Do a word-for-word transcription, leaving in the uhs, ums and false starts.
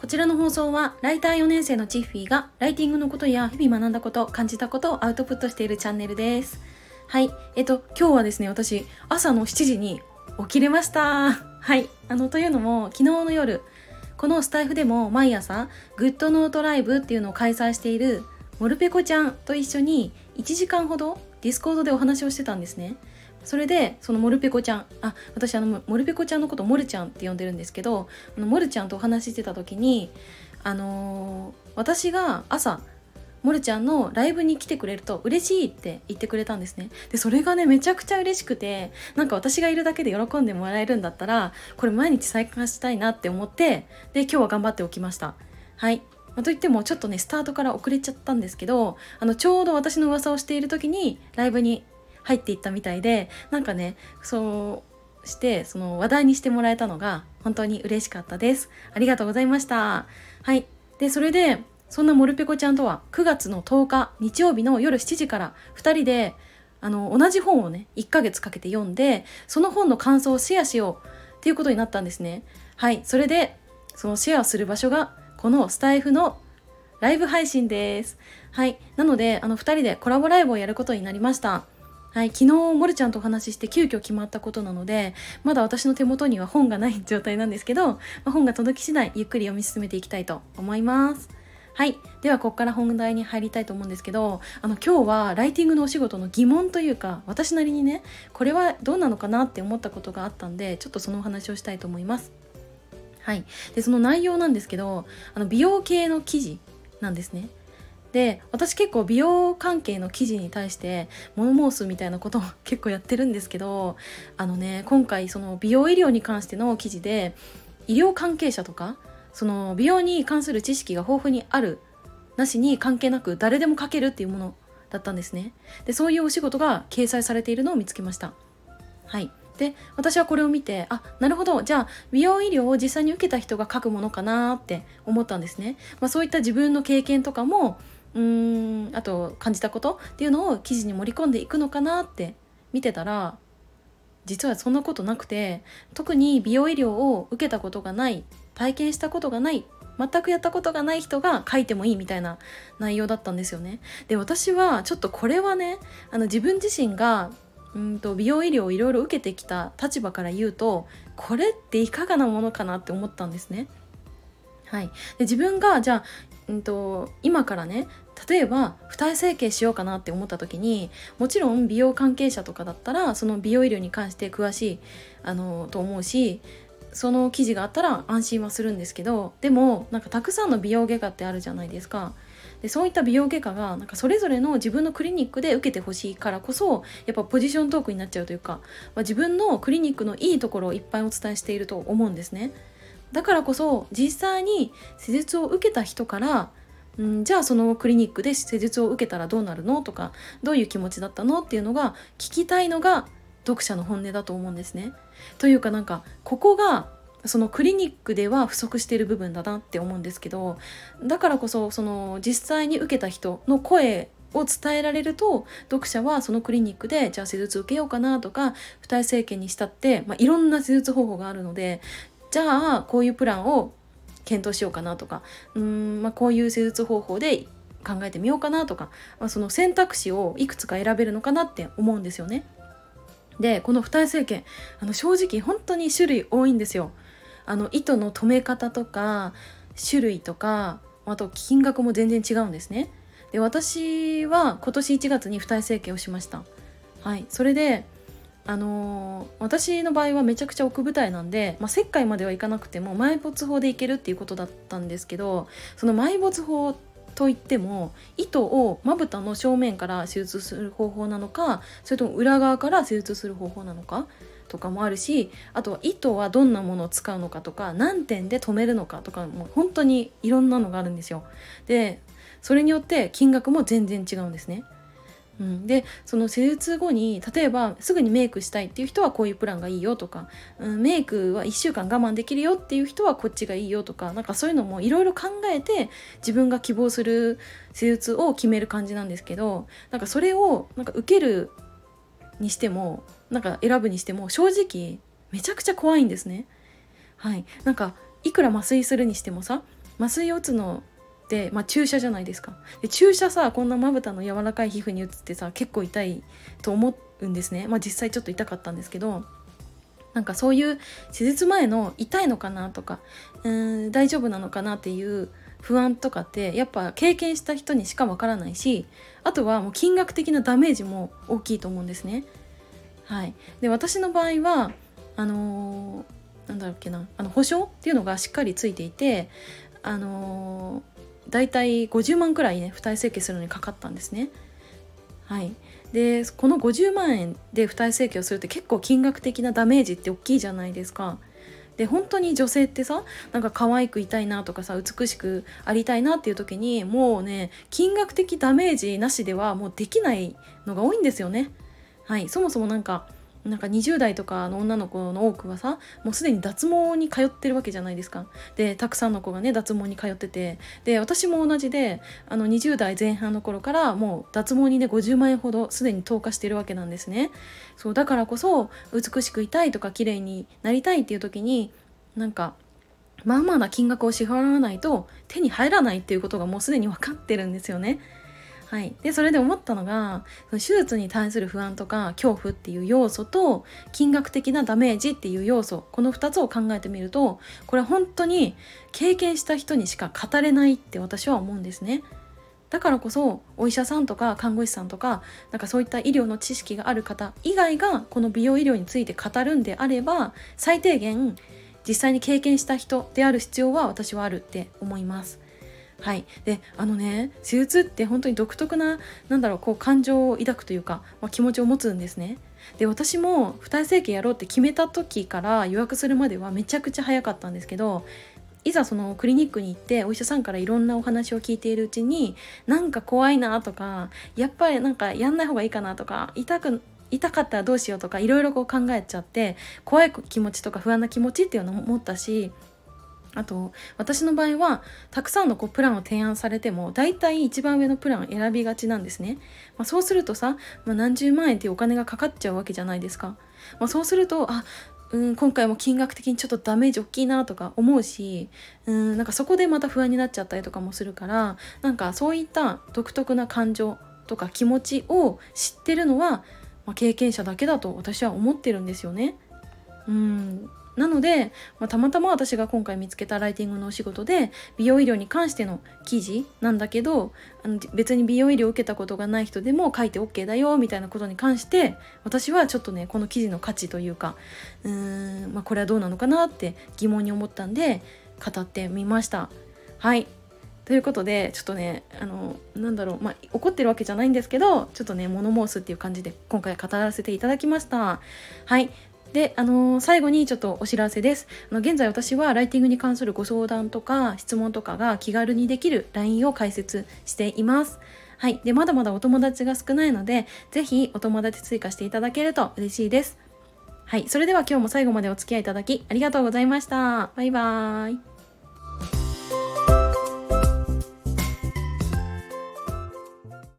こちらの放送はライターよねん生のチッフィーがライティングのことや日々学んだこと、感じたことをアウトプットしているチャンネルです。はい、えっと今日はですね、私朝のしちじに起きれました。はい、あのというのも昨日の夜、このスタイフでも毎朝グッドノートライブっていうのを開催しているモルペコちゃんと一緒にいちじかんほどディスコードでお話をしてたんですね。それでそのモルペコちゃん、あ、私あのモルペコちゃんのことモルちゃんって呼んでるんですけど、あのモルちゃんとお話ししてた時に、あのー私が朝モルちゃんのライブに来てくれると嬉しいって言ってくれたんですね。でそれがねめちゃくちゃ嬉しくて、なんか私がいるだけで喜んでもらえるんだったらこれ毎日再開したいなって思って、で今日は頑張っておきました。はい、まあ、といってもちょっとねスタートから遅れちゃったんですけど、あのちょうど私の噂をしている時にライブに入っていったみたいで、なんかねそうしてその話題にしてもらえたのが本当に嬉しかったです。ありがとうございました。はい、でそれでそんなモルペコちゃんとはくがつのとおか日曜日の夜しちじからふたりであの同じ本をねいっかげつかけて読んで、その本の感想をシェアしようっていうことになったんですね。はい、それでそのシェアする場所がこのスタイフのライブ配信です。はい、なのであのふたりでコラボライブをやることになりました。はい、昨日モルちゃんとお話しして急遽決まったことなので、まだ私の手元には本がない状態なんですけど、まあ、本が届き次第ゆっくり読み進めていきたいと思います。はい、ではここから本題に入りたいと思うんですけど、あの今日はライティングのお仕事の疑問というか、私なりにねこれはどうなのかなって思ったことがあったんで、ちょっとそのお話をしたいと思います。はい、でその内容なんですけど、あの美容系の記事なんですね。で私結構美容関係の記事に対して物申すみたいなことを結構やってるんですけど、あのね今回その美容医療に関しての記事で、医療関係者とかその美容に関する知識が豊富にあるなしに関係なく誰でも書けるっていうものだったんですね。でそういうお仕事が掲載されているのを見つけました。はい、で私はこれを見て、あ、なるほど、じゃあ美容医療を実際に受けた人が書くものかなって思ったんですね。まあ、そういった自分の経験とかもうーんあと感じたことっていうのを記事に盛り込んでいくのかなって見てたら、実はそんなことなくて、特に美容医療を受けたことがない、体験したことがない、全くやったことがない人が書いてもいいみたいな内容だったんですよね。で私はちょっとこれはね、あの自分自身がうんと美容医療をいろいろ受けてきた立場から言うと、これっていかがなものかなって思ったんですね。はい、で自分がじゃあ、うんと、今からね例えば二重整形しようかなって思った時に、もちろん美容関係者とかだったらその美容医療に関して詳しいあのと思うし、その記事があったら安心はするんですけど、でもなんかたくさんの美容外科ってあるじゃないですか。でそういった美容外科がなんかそれぞれの自分のクリニックで受けてほしいからこそ、やっぱポジショントークになっちゃうというか、まあ、自分のクリニックのいいところをいっぱいお伝えしていると思うんですね。だからこそ実際に施術を受けた人から、んじゃあそのクリニックで施術を受けたらどうなるのとか、どういう気持ちだったのっていうのが聞きたいのが読者の本音だと思うんですね。というかなんかここがそのクリニックでは不足している部分だなって思うんですけど、だからこそその実際に受けた人の声を伝えられると、読者はそのクリニックでじゃあ施術受けようかなとか、二重整形にしたって、まあ、いろんな施術方法があるので、じゃあこういうプランを検討しようかなとか、うーん、まあ、こういう施術方法で考えてみようかなとか、まあ、その選択肢をいくつか選べるのかなって思うんですよね。でこの二重整形、あの正直本当に種類多いんですよ。あの糸の止め方とか種類とか、あと金額も全然違うんですね。で私は今年いちがつに二重整形をしました。はい、それであのー私の場合はめちゃくちゃ奥舞台なんで、まあ、切開まではいかなくても埋没法でいけるっていうことだったんですけど、その埋没法といっても糸をまぶたの正面から手術する方法なのか、それとも裏側から手術する方法なのかとかもあるし、あとは糸はどんなものを使うのかとか、何点で止めるのかとか、もう本当にいろんなのがあるんですよ。でそれによって金額も全然違うんですね。うん、でその施術後に例えばすぐにメイクしたいっていう人はこういうプランがいいよとか、うん、メイクはいっしゅうかん我慢できるよっていう人はこっちがいいよとか、なんかそういうのもいろいろ考えて自分が希望する施術を決める感じなんですけど、なんかそれをなんか受けるにしてもなんか選ぶにしても正直めちゃくちゃ怖いんですね。はい、なんかいくら麻酔するにしてもさ、 麻酔を打つのって、まあ、注射じゃないですか。で注射さ、こんなまぶたの柔らかい皮膚に打つってさ、結構痛いと思うんですね。まあ実際ちょっと痛かったんですけど、なんかそういう手術前の痛いのかなとか、うーん大丈夫なのかなっていう不安とかってやっぱ経験した人にしかわからないし、あとはもう金額的なダメージも大きいと思うんですね。はい、で私の場合はあのー、なんだろうっけなあの保証っていうのがしっかりついていて、あのー、だいたいごじゅうまんくらいね付帯整形するのにかかったんですね。はい、でこのごじゅうまんえんで付帯整形をするって結構金額的なダメージって大きいじゃないですか。で本当に女性ってさ、なんか可愛くいたいなとかさ、美しくありたいなっていう時にもうね、金額的ダメージなしではもうできないのが多いんですよね。はい、そもそもなんかなんかにじゅう代とかの女の子の多くはさ、もうすでに脱毛に通ってるわけじゃないですか。でたくさんの子がね脱毛に通ってて、で私も同じで、あのにじゅう代前半の頃からもう脱毛にねごじゅうまんえんほどすでに投下してるわけなんですね。そうだからこそ美しくいたいとか綺麗になりたいっていう時に、なんかまあまあな金額を支払わないと手に入らないっていうことがもうすでに分かってるんですよね。はい、でそれで思ったのが、その手術に対する不安とか恐怖っていう要素と金額的なダメージっていう要素、このふたつを考えてみると、これ本当に経験した人にしか語れないって私は思うんですね。だからこそお医者さんとか看護師さんとか、なんかそういった医療の知識がある方以外がこの美容医療について語るんであれば、最低限実際に経験した人である必要は私はあるって思います。はい、であのね、手術って本当に独特な、なんだろう、こう感情を抱くというか、まあ、気持ちを持つんですね。で私も付帯整形やろうって決めた時から予約するまではめちゃくちゃ早かったんですけど、いざそのクリニックに行ってお医者さんからいろんなお話を聞いているうちに、なんか怖いなとか、やっぱりなんかやんない方がいいかなとか、痛く痛かったらどうしようとか、いろいろこう考えちゃって、怖い気持ちとか不安な気持ちっていうのも持ったし、あと私の場合はたくさんのこうプランを提案されてもだいたい一番上のプランを選びがちなんですね。まあ、そうするとさ、まあ、何十万円っていうお金がかかっちゃうわけじゃないですか。まあ、そうするとあうん今回も金額的にちょっとダメージ大きいなとか思うし、うんなんかそこでまた不安になっちゃったりとかもするから、なんかそういった独特な感情とか気持ちを知ってるのは、まあ、経験者だけだと私は思ってるんですよね。うんなので、まあ、たまたま私が今回見つけたライティングのお仕事で美容医療に関しての記事なんだけど、あの別に美容医療を受けたことがない人でも書いて OK だよみたいなことに関して、私はちょっとねこの記事の価値というか、うーん、まあ、これはどうなのかなって疑問に思ったんで語ってみました。はいということで、ちょっとねあのなんだろう、まあ、怒ってるわけじゃないんですけど、ちょっとね物申すっていう感じで今回語らせていただきました。はいで、あのー、最後にちょっとお知らせです。あの現在私はライティングに関するご相談とか質問とかが気軽にできる ライン を開設しています。はい。で、まだまだお友達が少ないので、ぜひお友達追加していただけると嬉しいです。はい。それでは今日も最後までお付き合いいただきありがとうございました。バイバーイ。